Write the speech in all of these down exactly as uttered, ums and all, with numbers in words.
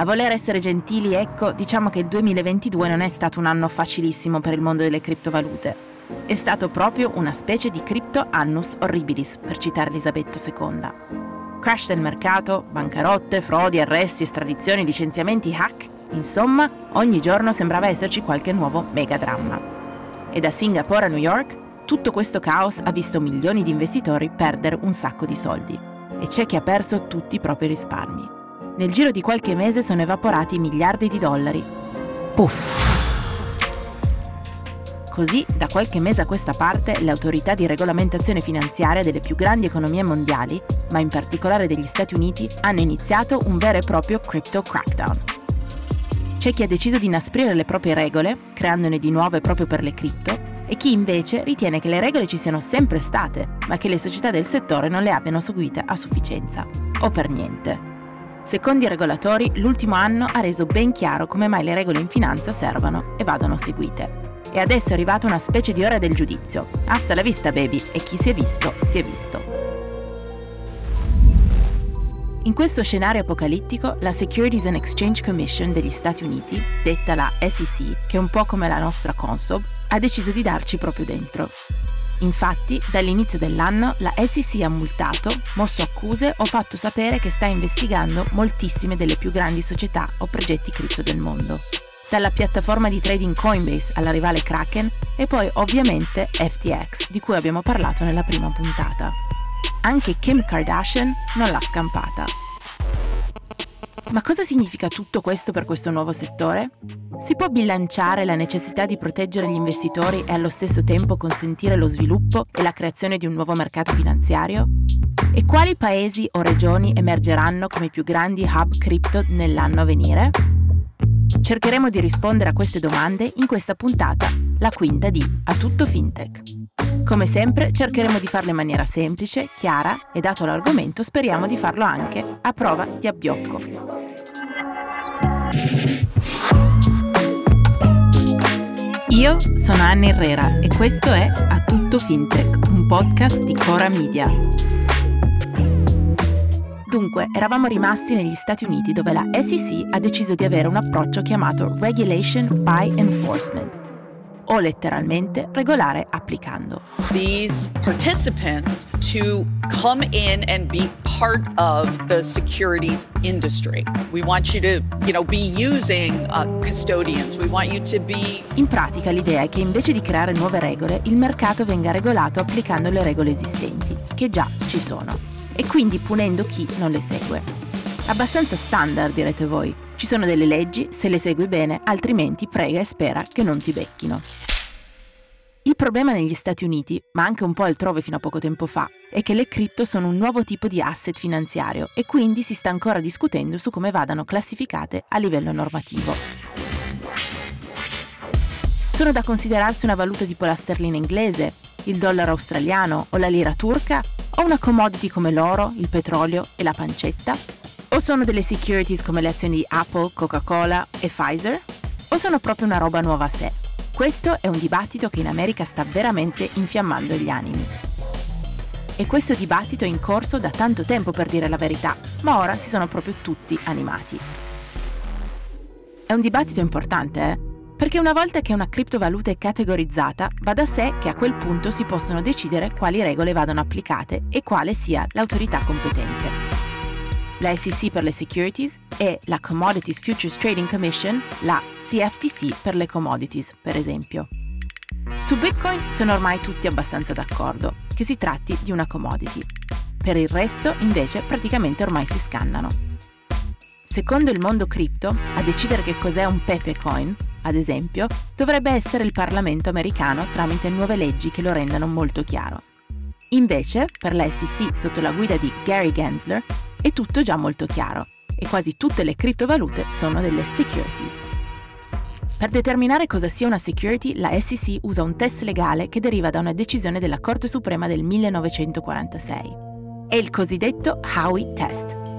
A voler essere gentili, ecco, diciamo che il duemilaventidue non è stato un anno facilissimo per il mondo delle criptovalute. È stato proprio una specie di crypto annus horribilis, per citare Elisabetta seconda. Crash del mercato, bancarotte, frodi, arresti, estradizioni, licenziamenti, hack, insomma, ogni giorno sembrava esserci qualche nuovo megadramma. E da Singapore a New York, tutto questo caos ha visto milioni di investitori perdere un sacco di soldi. E c'è chi ha perso tutti i propri risparmi. Nel giro di qualche mese sono evaporati miliardi di dollari. Puff! Così, da qualche mese a questa parte, le autorità di regolamentazione finanziaria delle più grandi economie mondiali, ma in particolare degli Stati Uniti, hanno iniziato un vero e proprio crypto crackdown. C'è chi ha deciso di inasprire le proprie regole, creandone di nuove proprio per le cripto, e chi invece ritiene che le regole ci siano sempre state, ma che le società del settore non le abbiano seguite a sufficienza, o per niente. Secondo i regolatori, l'ultimo anno ha reso ben chiaro come mai le regole in finanza servano e vadano seguite. E adesso è arrivata una specie di ora del giudizio. Hasta la vista, baby, e chi si è visto, si è visto. In questo scenario apocalittico, la Securities and Exchange Commission degli Stati Uniti, detta la S E C, che è un po' come la nostra Consob, ha deciso di darci proprio dentro. Infatti, dall'inizio dell'anno, la S E C ha multato, mosso accuse o fatto sapere che sta investigando moltissime delle più grandi società o progetti cripto del mondo. Dalla piattaforma di trading Coinbase alla rivale Kraken e poi ovviamente F T X, di cui abbiamo parlato nella prima puntata. Anche Kim Kardashian non l'ha scampata. Ma cosa significa tutto questo per questo nuovo settore? Si può bilanciare la necessità di proteggere gli investitori e allo stesso tempo consentire lo sviluppo e la creazione di un nuovo mercato finanziario? E quali paesi o regioni emergeranno come i più grandi hub cripto nell'anno a venire? Cercheremo di rispondere a queste domande in questa puntata, la quinta di A Tutto Fintech. Come sempre cercheremo di farlo in maniera semplice, chiara e dato l'argomento speriamo di farlo anche a prova di abbiocco. Io sono Anna Herrera e questo è A Tutto Fintech, un podcast di Cora Media. Dunque, eravamo rimasti negli Stati Uniti dove la S E C ha deciso di avere un approccio chiamato Regulation by Enforcement, o letteralmente regolare applicando. These participants to come in and be part of the securities industry. We want you to, you know, be using uh, custodians. We want you to be... In pratica l'idea è che invece di creare nuove regole, il mercato venga regolato applicando le regole esistenti, che già ci sono, e quindi punendo chi non le segue. Abbastanza standard, direte voi. Ci sono delle leggi, se le segui bene, altrimenti prega e spera che non ti becchino. Il problema negli Stati Uniti, ma anche un po' altrove fino a poco tempo fa, è che le cripto sono un nuovo tipo di asset finanziario e quindi si sta ancora discutendo su come vadano classificate a livello normativo. Sono da considerarsi una valuta tipo la sterlina inglese, il dollaro australiano o la lira turca, o una commodity come l'oro, il petrolio e la pancetta? O sono delle securities come le azioni di Apple, Coca-Cola e Pfizer? O sono proprio una roba nuova a sé? Questo è un dibattito che in America sta veramente infiammando gli animi. E questo dibattito è in corso da tanto tempo, per dire la verità, ma ora si sono proprio tutti animati. È un dibattito importante, eh? Perché una volta che una criptovaluta è categorizzata, va da sé che a quel punto si possono decidere quali regole vadano applicate e quale sia l'autorità competente. La S E C per le securities e la Commodities Futures Trading Commission, la C F T C per le commodities, per esempio. Su Bitcoin sono ormai tutti abbastanza d'accordo, che si tratti di una commodity. Per il resto, invece, praticamente ormai si scannano. Secondo il mondo cripto, a decidere che cos'è un Pepecoin, ad esempio, dovrebbe essere il Parlamento americano tramite nuove leggi che lo rendano molto chiaro. Invece, per la S E C sotto la guida di Gary Gensler, è tutto già molto chiaro e quasi tutte le criptovalute sono delle securities. Per determinare cosa sia una security, la S E C usa un test legale che deriva da una decisione della Corte Suprema del millenovecentoquarantasei. È il cosiddetto Howey Test.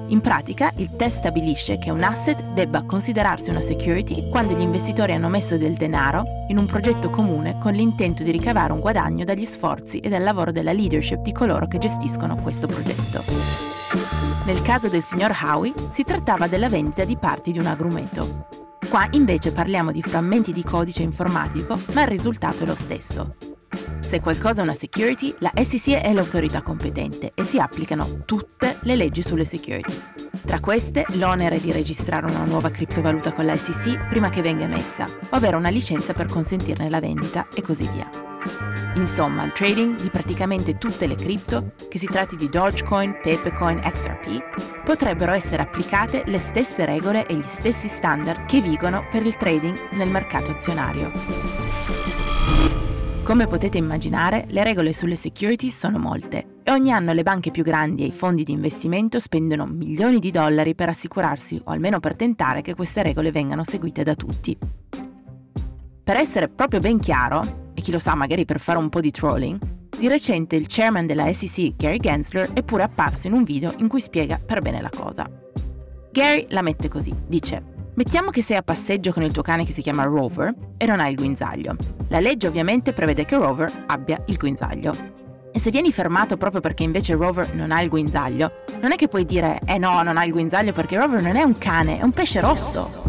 In pratica, il test stabilisce che un asset debba considerarsi una security quando gli investitori hanno messo del denaro in un progetto comune con l'intento di ricavare un guadagno dagli sforzi e dal lavoro della leadership di coloro che gestiscono questo progetto. Nel caso del signor Howey si trattava della vendita di parti di un agrumeto. Qua invece parliamo di frammenti di codice informatico, ma il risultato è lo stesso. Se qualcosa è una security, la S E C è l'autorità competente e si applicano tutte le leggi sulle securities. Tra queste, l'onere di registrare una nuova criptovaluta con la S E C prima che venga emessa, o avere una licenza per consentirne la vendita e così via. Insomma, il trading di praticamente tutte le cripto, che si tratti di Dogecoin, Pepecoin, X R P, potrebbero essere applicate le stesse regole e gli stessi standard che vigono per il trading nel mercato azionario. Come potete immaginare, le regole sulle securities sono molte e ogni anno le banche più grandi e i fondi di investimento spendono milioni di dollari per assicurarsi, o almeno per tentare, che queste regole vengano seguite da tutti. Per essere proprio ben chiaro, e chi lo sa magari per fare un po' di trolling, di recente il chairman della S E C, Gary Gensler, è pure apparso in un video in cui spiega per bene la cosa. Gary la mette così, dice: mettiamo che sei a passeggio con il tuo cane che si chiama Rover e non hai il guinzaglio. La legge ovviamente prevede che Rover abbia il guinzaglio. E se vieni fermato proprio perché invece Rover non ha il guinzaglio, non è che puoi dire «eh no, non ha il guinzaglio perché Rover non è un cane, è un pesce rosso».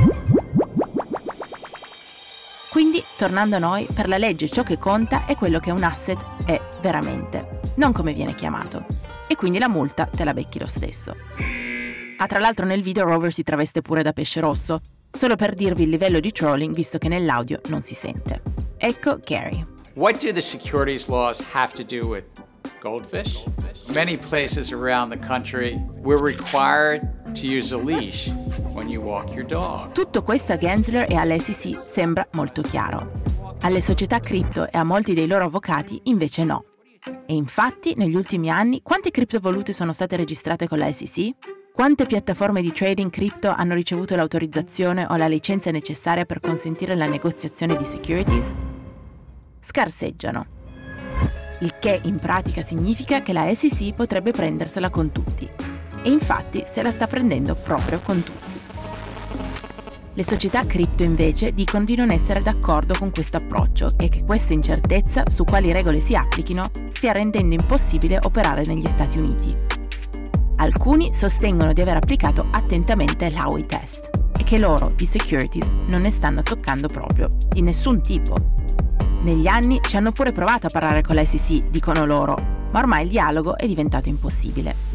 Quindi, tornando a noi, per la legge ciò che conta è quello che un asset è veramente, non come viene chiamato. E quindi la multa te la becchi lo stesso. Ah, tra l'altro nel video Rover si traveste pure da pesce rosso, solo per dirvi il livello di trolling visto che nell'audio non si sente. Ecco Gary. What do the securities laws have to do with goldfish? Many places around the country we're required to use a leash when you walk your dog. Tutto questo a Gensler e all'S E C sembra molto chiaro. Alle società cripto e a molti dei loro avvocati invece no. E infatti negli ultimi anni quante criptovalute sono state registrate con la S E C? Quante piattaforme di trading cripto hanno ricevuto l'autorizzazione o la licenza necessaria per consentire la negoziazione di securities? Scarseggiano. Il che in pratica significa che la S E C potrebbe prendersela con tutti. E infatti se la sta prendendo proprio con tutti. Le società cripto invece dicono di non essere d'accordo con questo approccio e che questa incertezza su quali regole si applichino stia rendendo impossibile operare negli Stati Uniti. Alcuni sostengono di aver applicato attentamente l'Howey Test e che loro, di securities, non ne stanno toccando proprio, di nessun tipo. Negli anni ci hanno pure provato a parlare con la S E C, dicono loro, ma ormai il dialogo è diventato impossibile.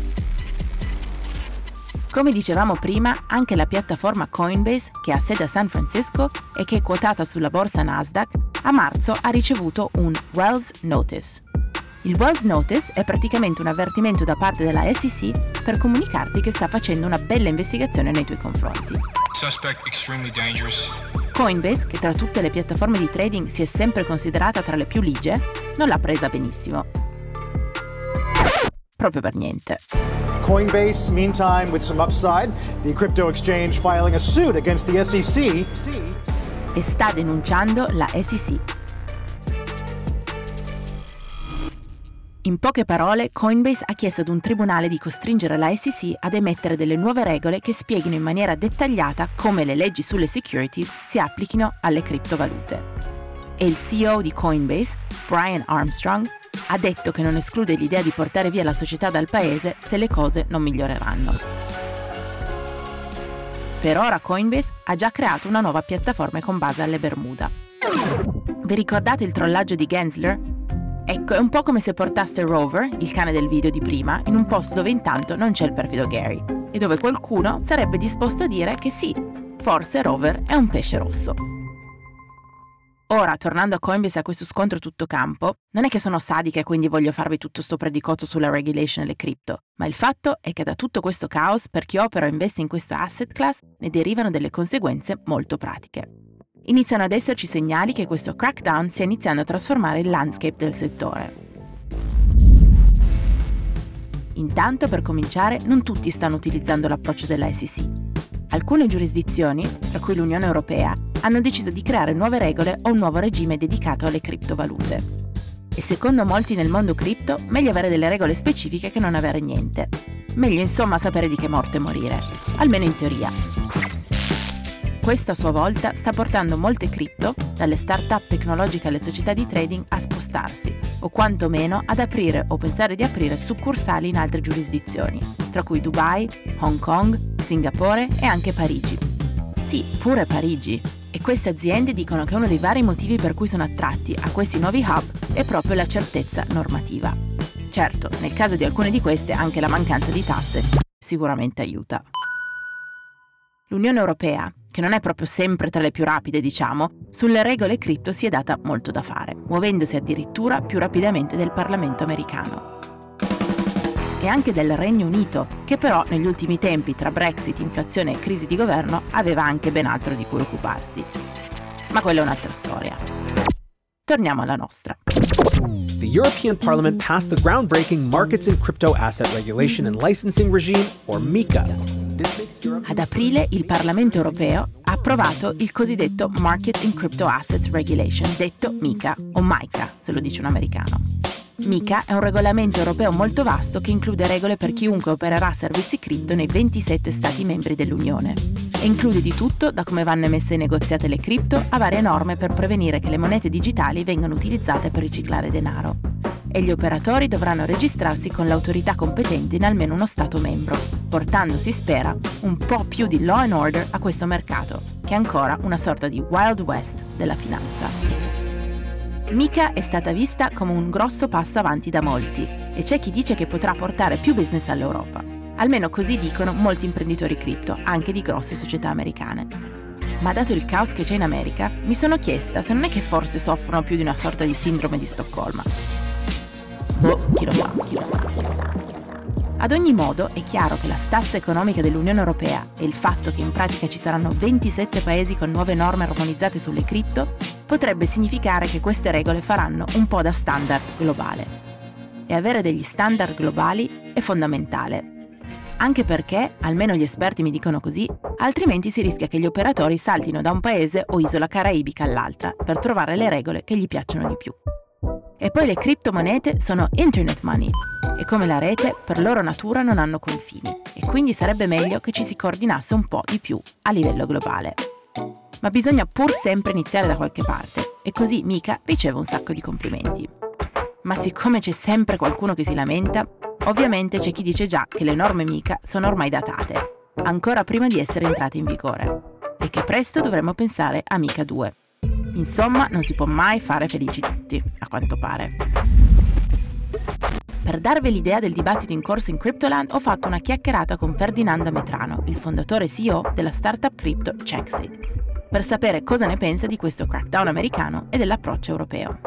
Come dicevamo prima, anche la piattaforma Coinbase, che ha sede a San Francisco e che è quotata sulla borsa Nasdaq, a marzo ha ricevuto un Wells Notice. Il Wells Notice è praticamente un avvertimento da parte della S E C per comunicarti che sta facendo una bella investigazione nei tuoi confronti. Suspect extremely dangerous. Coinbase, che tra tutte le piattaforme di trading si è sempre considerata tra le più ligie, non l'ha presa benissimo. Proprio per niente. Coinbase, meantime, with some upside, the crypto exchange filing a suit against the S E C. E sta denunciando la S E C. In poche parole, Coinbase ha chiesto ad un tribunale di costringere la S E C ad emettere delle nuove regole che spieghino in maniera dettagliata come le leggi sulle securities si applichino alle criptovalute. E il C E O di Coinbase, Brian Armstrong, ha detto che non esclude l'idea di portare via la società dal paese se le cose non miglioreranno. Per ora Coinbase ha già creato una nuova piattaforma con base alle Bermuda. Vi ricordate il trollaggio di Gensler? Ecco, è un po' come se portasse Rover, il cane del video di prima, in un posto dove intanto non c'è il perfido Gary e dove qualcuno sarebbe disposto a dire che sì, forse Rover è un pesce rosso. Ora, tornando a Coinbase e a questo scontro tutto campo, non è che sono sadica e quindi voglio farvi tutto sto predicotto sulla regulation e le cripto, ma il fatto è che da tutto questo caos, per chi opera o investe in questo asset class, ne derivano delle conseguenze molto pratiche. Iniziano ad esserci segnali che questo crackdown stia iniziando a trasformare il landscape del settore. Intanto, per cominciare, non tutti stanno utilizzando l'approccio della S E C. Alcune giurisdizioni, tra cui l'Unione Europea, hanno deciso di creare nuove regole o un nuovo regime dedicato alle criptovalute. E secondo molti nel mondo cripto, meglio avere delle regole specifiche che non avere niente. Meglio insomma sapere di che morte morire, almeno in teoria. Questo a sua volta sta portando molte cripto, dalle start-up tecnologiche alle società di trading, a spostarsi, o quantomeno ad aprire o pensare di aprire succursali in altre giurisdizioni, tra cui Dubai, Hong Kong, Singapore e anche Parigi. Sì, pure Parigi. E queste aziende dicono che uno dei vari motivi per cui sono attratti a questi nuovi hub è proprio la certezza normativa. Certo, nel caso di alcune di queste anche la mancanza di tasse sicuramente aiuta. L'Unione Europea, che non è proprio sempre tra le più rapide, diciamo, sulle regole cripto si è data molto da fare, muovendosi addirittura più rapidamente del Parlamento americano. E anche del Regno Unito, che però negli ultimi tempi, tra Brexit, inflazione e crisi di governo, aveva anche ben altro di cui occuparsi. Ma quella è un'altra storia. Torniamo alla nostra. The European Parliament passed the groundbreaking Markets in Crypto Asset Regulation and Licensing Regime, or MiCA. Ad aprile il Parlamento europeo ha approvato il cosiddetto Markets in Crypto Assets Regulation, detto MiCA o MiCA, se lo dice un americano. MiCA è un regolamento europeo molto vasto che include regole per chiunque opererà servizi cripto nei ventisette Stati membri dell'Unione. E include di tutto, da come vanno emesse e negoziate le cripto, a varie norme per prevenire che le monete digitali vengano utilizzate per riciclare denaro. E gli operatori dovranno registrarsi con l'autorità competente in almeno uno Stato membro, portando, si spera, un po' più di law and order a questo mercato, che è ancora una sorta di Wild West della finanza. MiCA è stata vista come un grosso passo avanti da molti e c'è chi dice che potrà portare più business all'Europa. Almeno così dicono molti imprenditori cripto, anche di grosse società americane. Ma dato il caos che c'è in America, mi sono chiesta se non è che forse soffrono più di una sorta di sindrome di Stoccolma. Boh, chi lo sa, chi lo sa, chi lo sa. Ad ogni modo è chiaro che la stazza economica dell'Unione Europea e il fatto che in pratica ci saranno ventisette paesi con nuove norme armonizzate sulle cripto potrebbe significare che queste regole faranno un po' da standard globale. E avere degli standard globali è fondamentale. Anche perché, almeno gli esperti mi dicono così, altrimenti si rischia che gli operatori saltino da un paese o isola caraibica all'altra per trovare le regole che gli piacciono di più. E poi le criptomonete sono internet money e come la rete per loro natura non hanno confini e quindi sarebbe meglio che ci si coordinasse un po' di più a livello globale. Ma bisogna pur sempre iniziare da qualche parte e così MiCA riceve un sacco di complimenti. Ma siccome c'è sempre qualcuno che si lamenta, ovviamente c'è chi dice già che le norme MiCA sono ormai datate, ancora prima di essere entrate in vigore, e che presto dovremmo pensare a MiCA due. Insomma, non si può mai fare felici tutti, a quanto pare. Per darvi l'idea del dibattito in corso in Cryptoland, ho fatto una chiacchierata con Ferdinando Metrano, il fondatore e C E O della startup cripto CheckSig, per sapere cosa ne pensa di questo crackdown americano e dell'approccio europeo.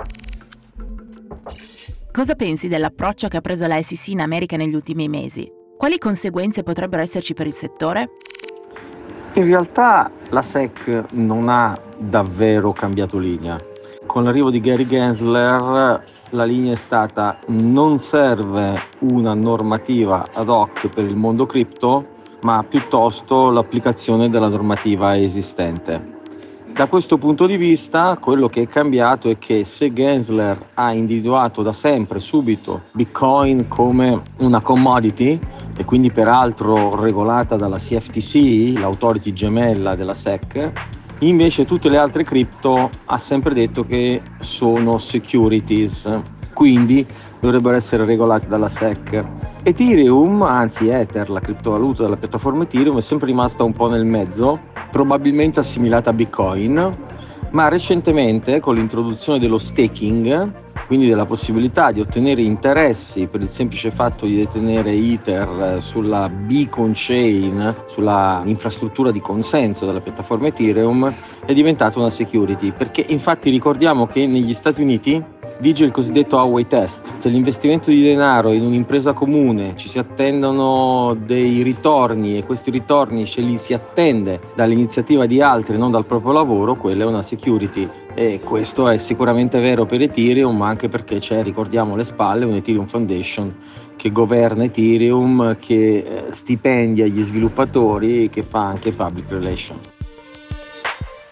Cosa pensi dell'approccio che ha preso la S E C in America negli ultimi mesi? Quali conseguenze potrebbero esserci per il settore? In realtà la S E C non ha davvero cambiato linea. Con l'arrivo di Gary Gensler la linea è stata: non serve una normativa ad hoc per il mondo cripto, ma piuttosto l'applicazione della normativa esistente. Da questo punto di vista, quello che è cambiato è che se Gensler ha individuato da sempre, subito, Bitcoin come una commodity, e quindi peraltro regolata dalla C F T C, l'autority gemella della S E C, invece tutte le altre cripto ha sempre detto che sono securities, quindi dovrebbero essere regolate dalla S E C. Ethereum, anzi Ether, la criptovaluta della piattaforma Ethereum, è sempre rimasta un po' nel mezzo, probabilmente assimilata a Bitcoin, ma recentemente con l'introduzione dello staking, quindi della possibilità di ottenere interessi per il semplice fatto di detenere Ether sulla Beacon Chain, sulla infrastruttura di consenso della piattaforma Ethereum, è diventata una security, perché infatti ricordiamo che negli Stati Uniti vige il cosiddetto Howey Test. Se l'investimento di denaro in un'impresa comune ci si attendono dei ritorni e questi ritorni ce li si attende dall'iniziativa di altri, non dal proprio lavoro, quella è una security. E questo è sicuramente vero per Ethereum, ma anche perché c'è, ricordiamo alle spalle, un Ethereum Foundation che governa Ethereum, che stipendia gli sviluppatori, che fa anche public relation.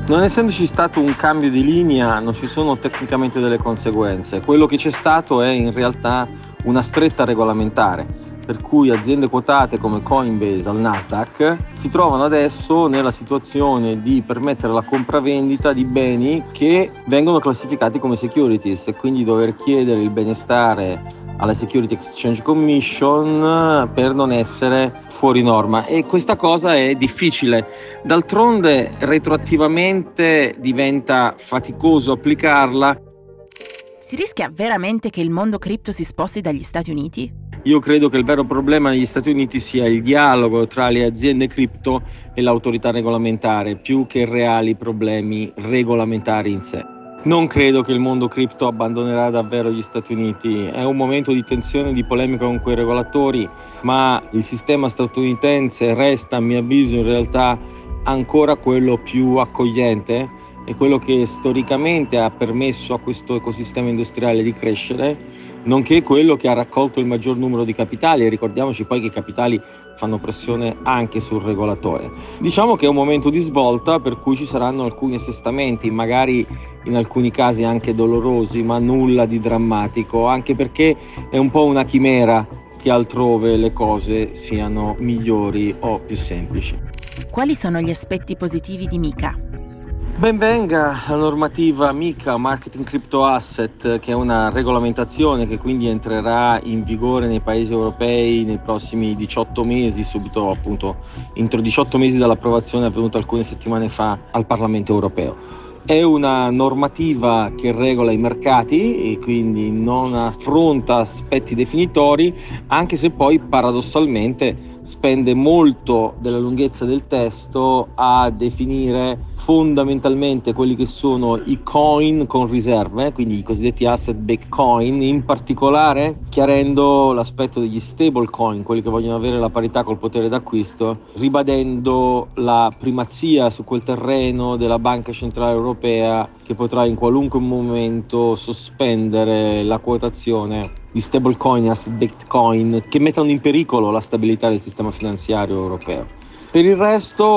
Non essendoci stato un cambio di linea, non ci sono tecnicamente delle conseguenze. Quello che c'è stato è in realtà una stretta regolamentare, per cui aziende quotate come Coinbase al Nasdaq si trovano adesso nella situazione di permettere la compravendita di beni che vengono classificati come securities e quindi dover chiedere il benestare alla Security Exchange Commission per non essere fuori norma, e questa cosa è difficile. D'altronde retroattivamente diventa faticoso applicarla. Si rischia veramente che il mondo cripto si sposti dagli Stati Uniti? Io credo che il vero problema negli Stati Uniti sia il dialogo tra le aziende cripto e l'autorità regolamentare, più che reali problemi regolamentari in sé. Non credo che il mondo cripto abbandonerà davvero gli Stati Uniti. È un momento di tensione e di polemica con quei regolatori, ma il sistema statunitense resta, a mio avviso, in realtà ancora quello più accogliente e quello che storicamente ha permesso a questo ecosistema industriale di crescere, nonché quello che ha raccolto il maggior numero di capitali, e ricordiamoci poi che i capitali fanno pressione anche sul regolatore. Diciamo che è un momento di svolta per cui ci saranno alcuni assestamenti, magari in alcuni casi anche dolorosi, ma nulla di drammatico, anche perché è un po' una chimera che altrove le cose siano migliori o più semplici. Quali sono gli aspetti positivi di MiCA? Ben venga la normativa MiCA, Marketing Crypto Asset, che è una regolamentazione che quindi entrerà in vigore nei paesi europei nei prossimi diciotto mesi, subito appunto entro diciotto mesi dall'approvazione avvenuta alcune settimane fa al Parlamento europeo. È una normativa che regola i mercati e quindi non affronta aspetti definitori, anche se poi paradossalmente spende molto della lunghezza del testo a definire fondamentalmente quelli che sono i coin con riserve, quindi i cosiddetti asset backed coin, in particolare chiarendo l'aspetto degli stable coin, quelli che vogliono avere la parità col potere d'acquisto, ribadendo la primazia su quel terreno della Banca Centrale Europea, che potrà in qualunque momento sospendere la quotazione di stablecoin e asset backed coin che mettano in pericolo la stabilità del sistema finanziario europeo. Per il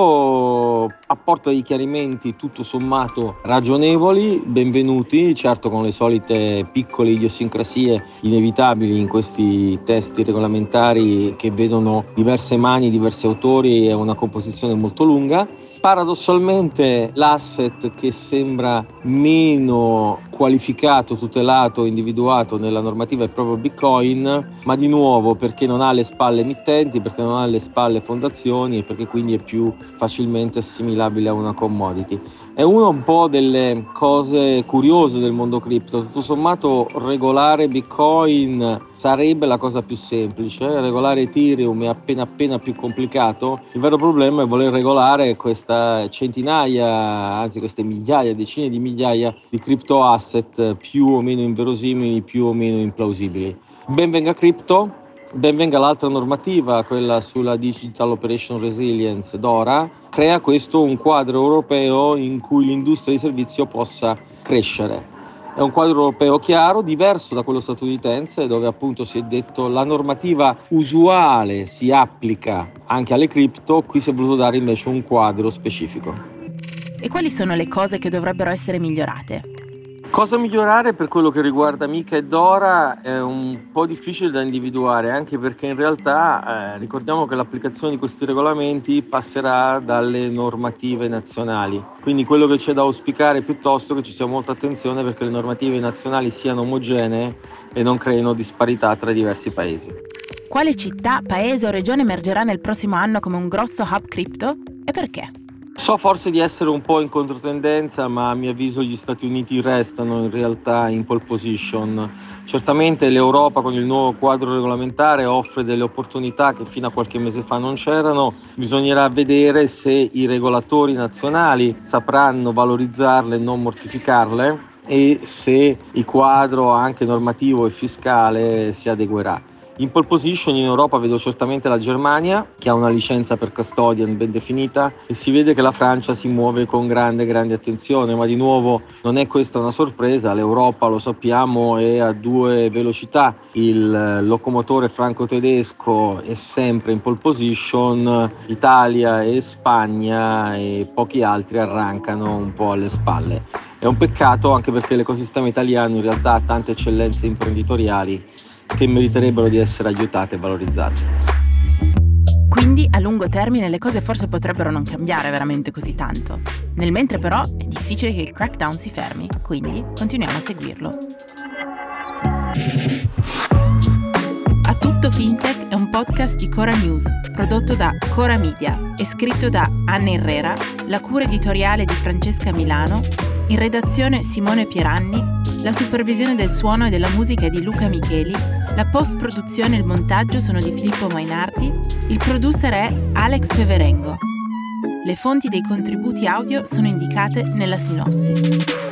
resto apporta dei chiarimenti tutto sommato ragionevoli, benvenuti, certo con le solite piccole idiosincrasie inevitabili in questi testi regolamentari che vedono diverse mani, diversi autori e una composizione molto lunga. Paradossalmente l'asset che sembra meno qualificato, tutelato, individuato nella normativa è proprio Bitcoin, ma di nuovo perché non ha le spalle emittenti, perché non ha le spalle fondazioni e perché quindi è più facilmente assimilabile a una commodity. È una un po' delle cose curiose del mondo cripto. Tutto sommato regolare Bitcoin sarebbe la cosa più semplice, regolare Ethereum è appena appena più complicato. Il vero problema è voler regolare questa centinaia, anzi queste migliaia, decine di migliaia di crypto asset più o meno inverosimili, più o meno implausibili. Ben venga cripto. Ben venga l'altra normativa, quella sulla Digital Operation Resilience DORA, crea questo un quadro europeo in cui l'industria di servizio possa crescere. È un quadro europeo chiaro, diverso da quello statunitense, dove appunto si è detto la normativa usuale si applica anche alle cripto, qui si è voluto dare invece un quadro specifico. E quali sono le cose che dovrebbero essere migliorate? Cosa migliorare per quello che riguarda MiCA e DORA è un po' difficile da individuare, anche perché in realtà eh, ricordiamo che l'applicazione di questi regolamenti passerà dalle normative nazionali. Quindi quello che c'è da auspicare è piuttosto che ci sia molta attenzione perché le normative nazionali siano omogenee e non creino disparità tra i diversi paesi. Quale città, paese o regione emergerà nel prossimo anno come un grosso hub cripto e perché? So forse di essere un po' in controtendenza, ma a mio avviso gli Stati Uniti restano in realtà in pole position. Certamente l'Europa con il nuovo quadro regolamentare offre delle opportunità che fino a qualche mese fa non c'erano. Bisognerà vedere se i regolatori nazionali sapranno valorizzarle e non mortificarle e se il quadro anche normativo e fiscale si adeguerà. In pole position in Europa vedo certamente la Germania, che ha una licenza per custodian ben definita, e si vede che la Francia si muove con grande grande attenzione, ma di nuovo non è questa una sorpresa, l'Europa, lo sappiamo, è a due velocità, il locomotore franco-tedesco è sempre in pole position, Italia e Spagna e pochi altri arrancano un po' alle spalle. È un peccato, anche perché l'ecosistema italiano in realtà ha tante eccellenze imprenditoriali che meriterebbero di essere aiutate e valorizzate. Quindi a lungo termine le cose forse potrebbero non cambiare veramente così tanto. Nel mentre però è difficile che il crackdown si fermi, quindi continuiamo a seguirlo. A Tutto Fintech è un podcast di Cora News, prodotto da Cora Media e scritto da Anna Herrera, la cura editoriale di Francesca Milano, in redazione Simone Pieranni, la supervisione del suono e della musica è di Luca Micheli, la post-produzione e il montaggio sono di Filippo Mainardi, il producer è Alex Peverengo. Le fonti dei contributi audio sono indicate nella sinossi.